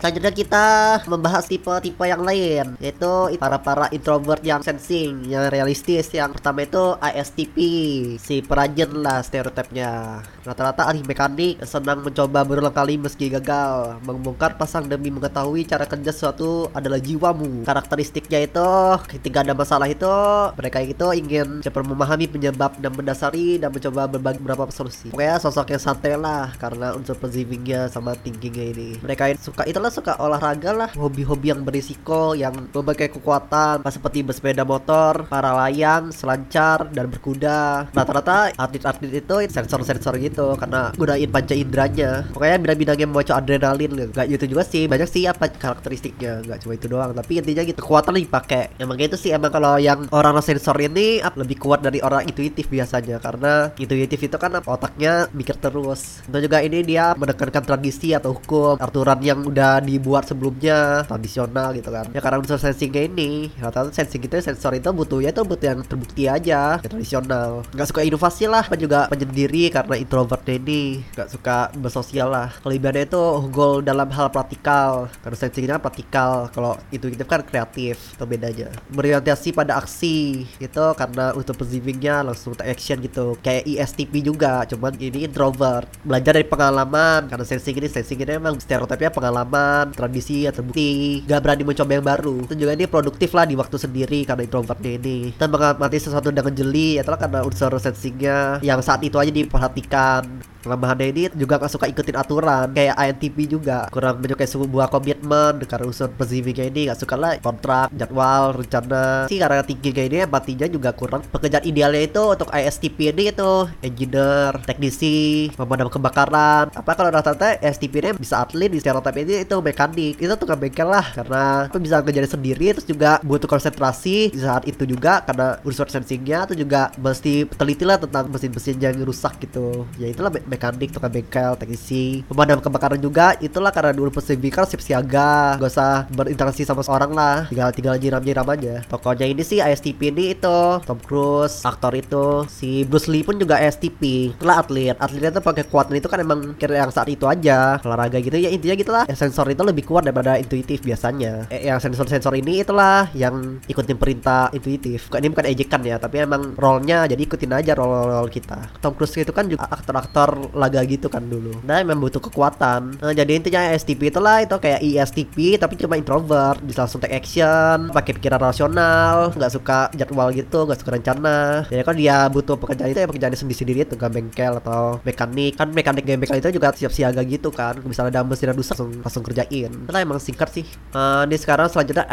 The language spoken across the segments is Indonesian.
Selanjutnya kita membahas tipe-tipe yang lain, yaitu para introvert yang sensing, yang realistis. Yang pertama itu ISTP, si perajin lah stereotipnya. Rata-rata ahli mekanik, senang mencoba berulang kali meski gagal, membongkar pasang demi mengetahui cara kerja sesuatu adalah jiwamu. Karakteristiknya itu ketika ada masalah itu mereka itu ingin cepat memahami penyebab dan mendasari dan mencoba berbagi beberapa solusi. Pokoknya sosok yang santai lah karena unsur perceivingnya sama thinkingnya ini. Mereka suka olahraga lah, hobi-hobi yang berisiko, yang memakai kekuatan, seperti bersepeda motor, para layang, selancar, dan berkuda. Rata-rata atlet-atlet itu sensor-sensor gitu karena gunain panca inderanya. Pokoknya bidang-bidang yang memacu adrenalin. Gak gitu juga sih, banyak sih apa karakteristiknya, gak cuma itu doang. Tapi intinya gitu, kekuatan dipakai. Emang gitu sih, emang kalau yang orang sensor ini lebih kuat dari orang intuitif biasanya, karena intuitif itu kan otaknya mikir terus. Itu juga ini dia menekankan tradisi atau hukum, aturan yang udah dibuat sebelumnya, tradisional gitu kan. Ya karena unsur sensingnya ini, rata-rata sensing itu sensor itu butuh yang terbukti aja, ya, tradisional. Gak suka inovasi lah, juga penyendiri karena introvertnya ini gak suka bersosial lah. Kelebihannya itu unggul dalam hal praktikal, karena sensingnya praktikal. Kalau intuitif kan kreatif, itu bedanya. Berorientasi pada aksi itu karena untuk perceivingnya langsung take action gitu, kayak ISTP juga, cuman ini introvert. Belajar dari pengalaman, karena sensing ini emang stereotipnya pengalaman, tradisi, atau bukti, gak berani mencoba yang baru. Itu juga ini produktif lah di waktu sendiri karena introvertnya ini. Dan mengamati sesuatu dengan jeli, itulah karena unsur sensingnya yang saat itu aja diperhatikan. Kelemahannya ini juga gak suka ikutin aturan, kayak INTP juga kurang menyukai sebuah komitmen karena unsur perceivingnya ini gak suka lah kontrak, jadwal, rencana sih. Karena tingginya ini empatinya juga kurang. Pekerjaan idealnya itu untuk ISTP ini itu engineer, teknisi, pemadam kebakaran. Kalau rata-rata ISTP ini bisa atlet, di stereotip ini itu mekanik, itu tukang bengkel lah, karena bisa ngejalan sendiri. Terus juga butuh konsentrasi di saat itu juga karena unsur sensingnya itu juga mesti teliti lah tentang mesin-mesin yang rusak gitu. Ya itulah mekanik, tukang bengkel, teknisi, pemadam kebakaran juga. Itulah karena dulu perceiving siap siaga, gak usah berinteraksi sama seorang lah, tinggal nyiram aja. Pokoknya ini sih ISTP ini itu Tom Cruise, aktor itu. Si Bruce Lee pun juga ISTP, itulah atletnya tuh pakai kekuatan itu kan emang kira yang saat itu aja, olahraga gitu ya. Intinya gitulah, sensor itu lebih kuat daripada intuitif biasanya. Yang sensor ini itulah yang ikutin perintah intuitif. Ini bukan ejekan ya, tapi emang role-nya, jadi ikutin aja role kita. Tom Cruise itu kan juga aktor laga gitu kan dulu. Nah memang butuh kekuatan. Jadi intinya ISTP itulah itu kayak ISTP tapi cuma introvert, bisa langsung take action, pakai pikiran rasional, nggak suka jadwal gitu, nggak suka rencana. Jadi kan dia butuh pekerjaan itu ya pekerjaan sendiri-sendiri, tukang bengkel atau mekanik. Kan mekanik bengkel itu juga siap siaga gitu kan. Misalnya ada mesin yang rusak langsung kerjain. Itulah emang singkat sih. Ini sekarang selanjutnya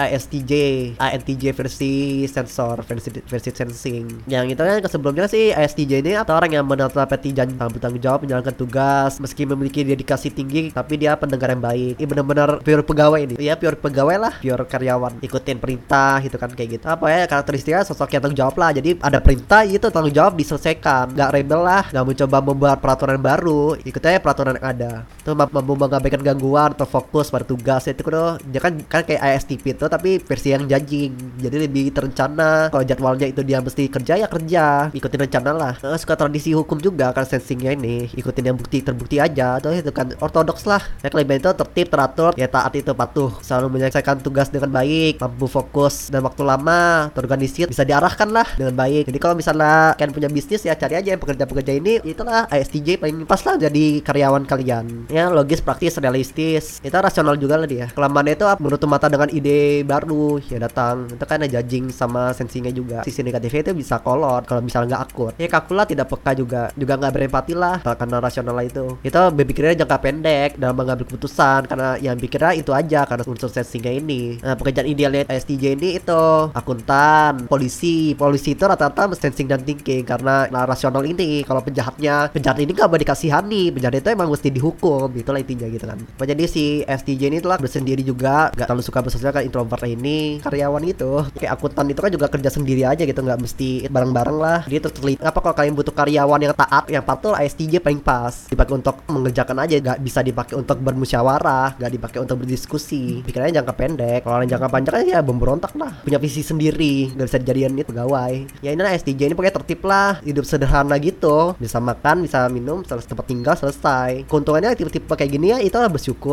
INTJ versi sensor, versi sensing. Yang itu kan sebelumnya sih ISTJ ini atau orang yang menepati janji, bertanggung jawab, menjalankan tugas meski memiliki dedikasi tinggi, tapi dia pendengar yang baik. Ini benar-benar pure pegawai ini. Iya, pure pegawai lah, pure karyawan, ikutin perintah gitu kan, kayak gitu. Apa ya karakteristiknya, sosok yang tanggung jawab lah. Jadi ada perintah itu tanggung jawab diselesaikan, nggak rebel lah, nggak mencoba membuat peraturan baru, ikut aja peraturan yang ada. Itu mampu mengabaikan gangguan atau fokus pada tugas. Itu kan kayak ISTP itu tapi versi yang judging, jadi lebih terencana. Kalau jadwalnya itu dia mesti kerja ya kerja, ikutin rencana lah. Suka tradisi hukum juga kan sensingnya ini, ikutin yang terbukti aja. Tuh itu kan ortodoks lah. Kelebihan itu tertib, teratur, ya taat itu patuh, selalu menyelesaikan tugas dengan baik, mampu fokus dan waktu lama, terorganisir, bisa diarahkan lah dengan baik. Jadi kalau misalnya kalian punya bisnis ya cari aja yang pekerja-pekerja ini, itulah ISTJ paling pas lah jadi karyawan kalian. Ya logis, praktis, realistis, itu rasional juga lah dia. Kelemahannya itu menutup mata dengan ide baru ya datang. Itu kan judging sama sensingnya juga. Sisi negatifnya itu bisa kolot kalau misalnya nggak akur. Ya kalkula, tidak peka juga nggak berempati lah karena rasional itu berpikirnya jangka pendek dalam mengambil keputusan, karena yang pikirnya itu aja karena unsur sensingnya ini. Nah, pekerjaan idealnya ISTJ ini itu akuntan, polisi itu rata-rata sensing dan thinking karena rasional ini. Kalau penjahat ini nggak boleh dikasihani, penjahat itu emang mesti dihukum, itulah intinya gitu kan. Jadi si ISTJ ini telah bersendiri juga, nggak terlalu suka bersosial kan, introvert ini karyawan gitu. Kayak akuntan itu kan juga kerja sendiri aja gitu, nggak mesti bareng-bareng lah. Jadi terteliti kalau kalian butuh karyawan yang taat, yang patuh, ISTJ paling pas. Dipakai untuk mengerjakan aja, gak bisa dipakai untuk bermusyawarah, gak dipakai untuk berdiskusi. Pikirannya jangka pendek. Kalau jangka panjang ya memberontak lah, punya visi sendiri, gak bisa dijadian itu pegawai. Ya ini ISTJ ini pokoknya tertib lah, hidup sederhana gitu, bisa makan, bisa minum, tempat tinggal, selesai. Keuntungannya tipe-tipe kayak gini ya, itu lah bersyukur.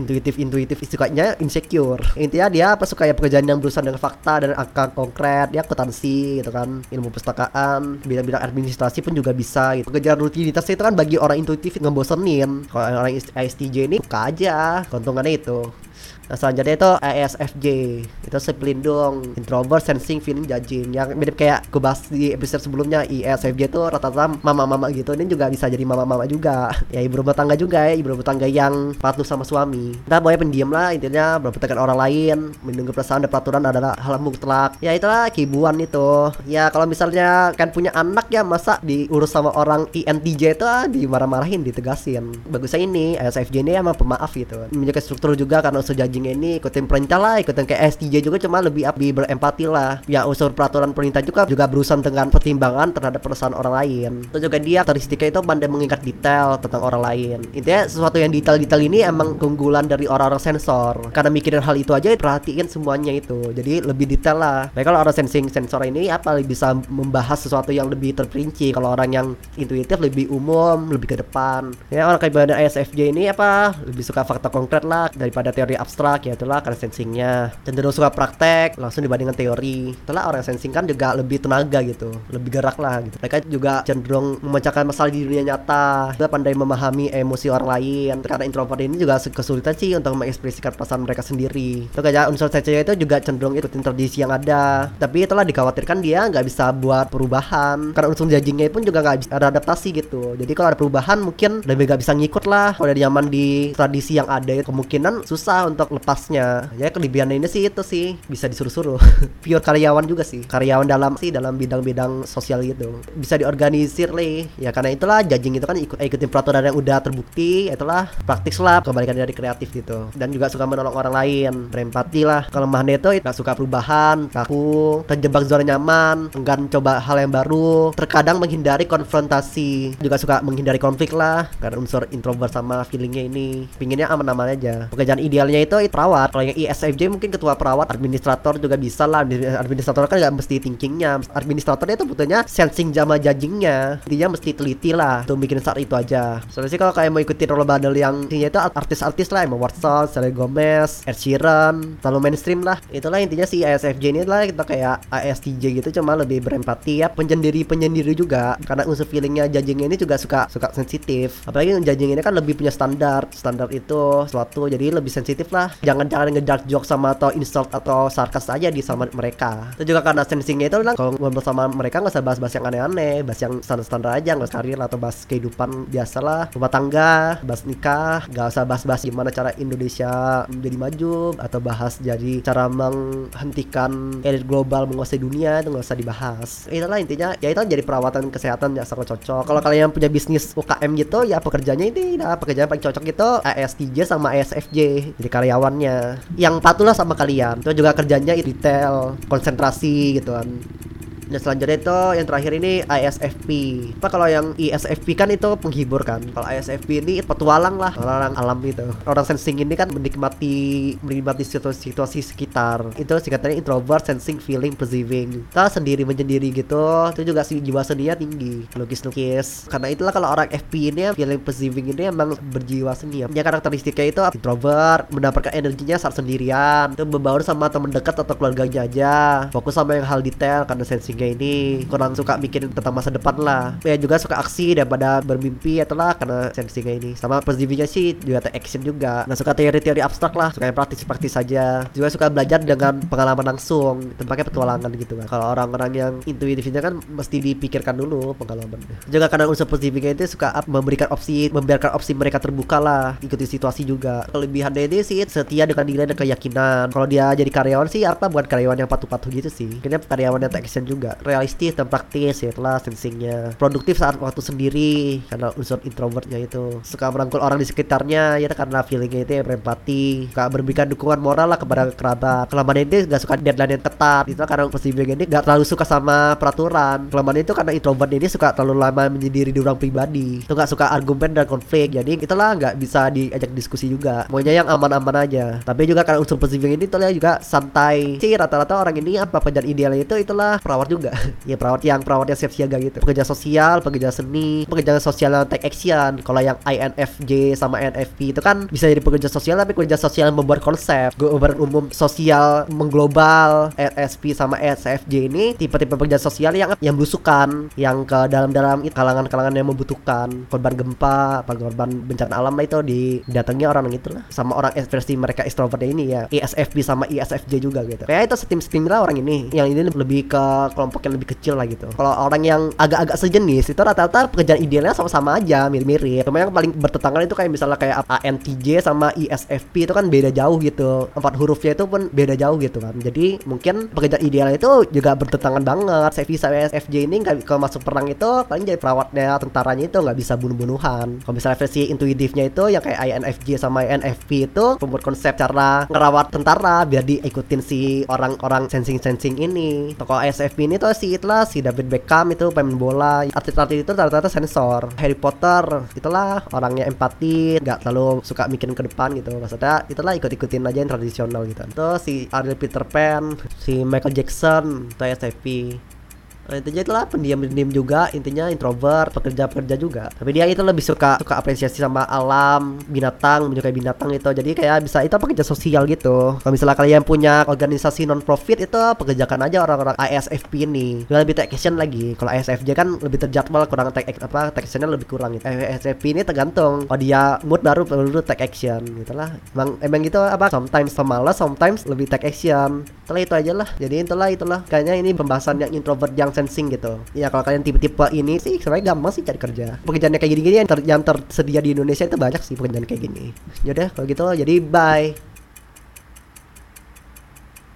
intuitif sukanya insecure. Intinya dia apa suka ya pekerjaan yang berurusan dengan fakta dan angka konkret, dia akuntansi gitu kan, ilmu perpustakaan, bidang-bidang administrasi pun juga bisa gitu. Pekerjaan rutinitas itu kan bagi orang intuitif ngebosenin. Kalau orang ISTJ ini buka aja keuntungannya itu. Nah selanjutnya itu ISFJ, itu pelindung, introvert, sensing, feeling, judging, yang mirip kayak gue bahas di episode sebelumnya. ISFJ itu rata-rata mama-mama gitu, ini juga bisa jadi mama-mama juga ya, ibu rumah tangga juga ya, ibu rumah tangga yang patuh sama suami. Kita pokoknya pendiam lah intinya, berpertekan orang lain, menunggu perasaan dan peraturan adalah hal mutlak. Ya itulah keibuan itu. Ya kalau misalnya kan punya anak ya, masa diurus sama orang INTJ itu dimarah-marahin, ditegasin. Bagusnya ini ISFJ ini emang pemaaf gitu, menjaga struktur juga karena unsur judging ini ikutin perintah lah, ikutin kayak STJ juga, cuma lebih berempati lah. Ya unsur peraturan perintah juga berurusan dengan pertimbangan terhadap perasaan orang lain. Itu juga dia karakteristiknya itu pandai mengingat detail tentang orang lain. Intinya sesuatu yang detail-detail ini emang keunggulan dari orang-orang sensor, karena mikirin hal itu aja perhatiin semuanya itu, jadi lebih detail lah. Baik kalau orang sensor ini apa bisa membahas sesuatu yang lebih terperinci. Kalau orang yang intuitif lebih umum, lebih ke depan. Ya orang kayak ISFJ ini apa lebih suka fakta konkret lah daripada teori abstrak. Ya itulah karena sensingnya cenderung suka praktek langsung dibandingkan teori. Itulah orang sensing kan juga lebih tenaga gitu, lebih gerak lah gitu. Mereka juga cenderung memecahkan masalah di dunia nyata, juga pandai memahami emosi orang lain. Karena introvert ini juga kesulitan sih untuk mengekspresikan perasaan mereka sendiri. Itu kayak unsur sensing itu juga cenderung ikutin tradisi yang ada, tapi itulah dikhawatirkan dia nggak bisa buat perubahan karena unsur judgingnya pun juga nggak bisa ada adaptasi gitu. Jadi kalau ada perubahan mungkin lebih nggak bisa ngikut lah. Kalau dia nyaman di tradisi yang ada, kemungkinan susah untuk lepasnya. Ya kelebihannya ini sih itu sih bisa disuruh-suruh. Pure karyawan juga sih, karyawan dalam bidang-bidang sosial gitu, bisa diorganisir lah ya. Karena itulah judging itu kan ikutin peraturan yang udah terbukti. Itulah praktis lah, kebalikan dari kreatif gitu. Dan juga suka menolong orang lain, berempati lah. Kelemahannya itu gak suka perubahan, kaku, terjebak zona nyaman, enggan coba hal yang baru, terkadang menghindari konfrontasi, juga suka menghindari konflik lah karena unsur introvert sama feelingnya ini. Pinginnya aman-aman aja. Pekerjaan idealnya itu perawat. Kalau yang ISFJ mungkin ketua perawat, administrator juga bisa lah. Administrator kan nggak mesti thinkingnya, administratornya itu butuhnya sensing sama judgingnya. Intinya mesti teliti lah untuk bikin saat itu aja. Soalnya sih kalau kayak mau ikutin role model yang intinya itu artis-artis lah, Emma Watson, Selena Gomez, Ed Sheeran, terlalu mainstream lah. Itulah intinya si ISFJ ini lah, kita kayak ISTJ gitu, cuma lebih berempati ya, penyendiri juga karena unsur feelingnya. Judgingnya ini juga suka sensitif, apalagi judging ini kan lebih punya standar itu suatu, jadi lebih sensitif lah. Jangan ngedark joke sama atau insult atau sarkas aja di sama mereka. Itu juga karena sensingnya itu lah, kalau ngobrol sama mereka nggak usah bahas-bahas yang aneh-aneh, bahas yang standar-standar aja, nggak usah karir atau bahas kehidupan biasa lah, rumah tangga, bahas nikah, nggak usah bahas-bahas gimana cara Indonesia menjadi maju atau bahas jadi cara menghentikan elit global menguasai dunia, itu nggak usah dibahas. Itulah intinya ya, itu jadi perawatan kesehatan yang sangat cocok. Kalau kalian punya bisnis UKM gitu ya, pekerjaannya ini pekerjaan paling cocok itu ISTJ sama ISFJ, jadi karyawannya yang patuh lah sama kalian. Itu juga kerjanya detail, konsentrasi gitu kan. Dan selanjutnya itu yang terakhir ini ISFP. Apa kalau yang ISFP kan itu penghibur kan. Kalau ISFP ini petualang lah, orang alam gitu. Orang sensing ini kan menikmati situasi sekitar. Itu singkatannya introvert, sensing, feeling, perceiving. Kita sendiri menyendiri gitu. Itu juga si jiwa seninya tinggi, lukis. Karena itulah kalau orang FP ini feeling, perceiving ini emang berjiwa seni. Ya karakteristiknya itu introvert, mendapatkan energinya saat sendirian. Itu berbaur sama teman dekat atau keluarganya aja. Fokus sama yang hal detail karena sensing ini kurang suka mikirin tentang masa depan lah. Ya juga suka aksi daripada bermimpi itulah karena sensingnya ini. Sama perceivingnya sih juga action juga. Nah suka teori-teori abstrak lah, suka yang praktis-praktis saja. Juga suka belajar dengan pengalaman langsung, tempatnya petualangan gitu kan. Kalau orang-orang yang intuitifnya kan mesti dipikirkan dulu pengalaman. Juga karena unsur perceivingnya itu suka membiarkan opsi mereka terbuka lah, ikuti situasi juga. Kelebihannya ini sih setia dengan nilai dan keyakinan. Kalau dia jadi karyawan sih bukan karyawan yang patuh-patuh gitu sih. Kayaknya karyawan yang action juga, realistis dan praktis ya, telah sensingnya. Produktif saat waktu sendiri karena unsur introvertnya itu. Suka merangkul orang di sekitarnya ya karena feelingnya itu berempati. Suka memberikan dukungan moral lah kepada kerabat. Kelemahan ini gak suka deadline yang ketat. Itu karena perceiving ini gak terlalu suka sama peraturan. Kelemahan itu karena introvert ini suka terlalu lama menyendiri di ruang pribadi. Itu gak suka argumen dan konflik. Jadi itulah gak bisa diajak diskusi juga. Maunya yang aman-aman aja. Tapi juga karena unsur perceiving ini itulah juga santai. Sih rata-rata orang ini pekerjaan idealnya itu itulah perawat juga juga. Ya perawat yang siap siaga gitu. Pekerja sosial, pekerja seni, pekerja sosial yang take action. Kalau yang INFJ sama NFP itu kan bisa jadi pekerja sosial, tapi pekerja sosial yang membuat konsep, gambaran umum sosial mengglobal. RSP sama SFJ ini tipe-tipe pekerja sosial yang belusukan, yang ke dalam-dalam kalangan-kalangan yang membutuhkan, korban gempa, korban bencana alam lah, itu didatangi orang gitu lah, sama orang ekspresi mereka extrovertnya ini ya, ISFP sama ISFJ juga gitu. Kayak itu setim lah orang ini. Yang ini lebih ke kelompok yang lebih kecil lah gitu. Kalau orang yang agak-agak sejenis itu rata-rata pekerjaan idealnya sama-sama aja, mirip-mirip. Cuma yang paling bertentangan itu kayak misalnya kayak ANTJ sama ISFP itu kan beda jauh gitu. 4 hurufnya itu pun beda jauh gitu kan. Jadi mungkin pekerjaan ideal itu juga bertentangan banget. CFP sama ISFJ ini kalau masuk perang itu paling jadi perawatnya, tentaranya itu nggak bisa bunuh-bunuhan. Kalau misalnya versi intuitifnya itu yang kayak INFJ sama INFP itu pembuat konsep cara ngerawat tentara biar diikutin si orang-orang sensing ini. Tokoh ISFP ini tuh si David Beckham itu pemain bola. Atlet-atlet itu rata-rata sensor. Harry Potter itulah orangnya empati, nggak terlalu suka mikirin ke depan gitu. Maksudnya itulah ikut-ikutin aja yang tradisional gitu. Terus si Ariel Peter Pan, si Michael Jackson itu ISFP. Nah, intinya itulah pendiam juga, intinya introvert, pekerja juga. Tapi dia itu lebih suka apresiasi sama alam, binatang, menyukai binatang itu. Jadi kayak bisa itu pekerja sosial gitu. Kalau misalnya kalian punya organisasi non profit itu pekerjakan aja orang-orang ISFP ini. Dia lebih take action lagi. Kalau ISFJ kan lebih terjadwal, kurang take actionnya lebih kurang gitu. ISFP ini tergantung. Kalau dia mood baru take action gitulah. Emang gitu sometimes pemalas, sometimes lebih take action. Itulah itu aja lah. Jadi itulah. Kayaknya ini pembahasan yang introvert yang sensing gitu. Ya kalau kalian tipe-tipe ini sih sebenarnya gampang sih cari kerja. Pekerjaannya kayak gini-gini yang tersedia di Indonesia itu banyak sih pekerjaan kayak gini. Yaudah kalau gitu jadi bye.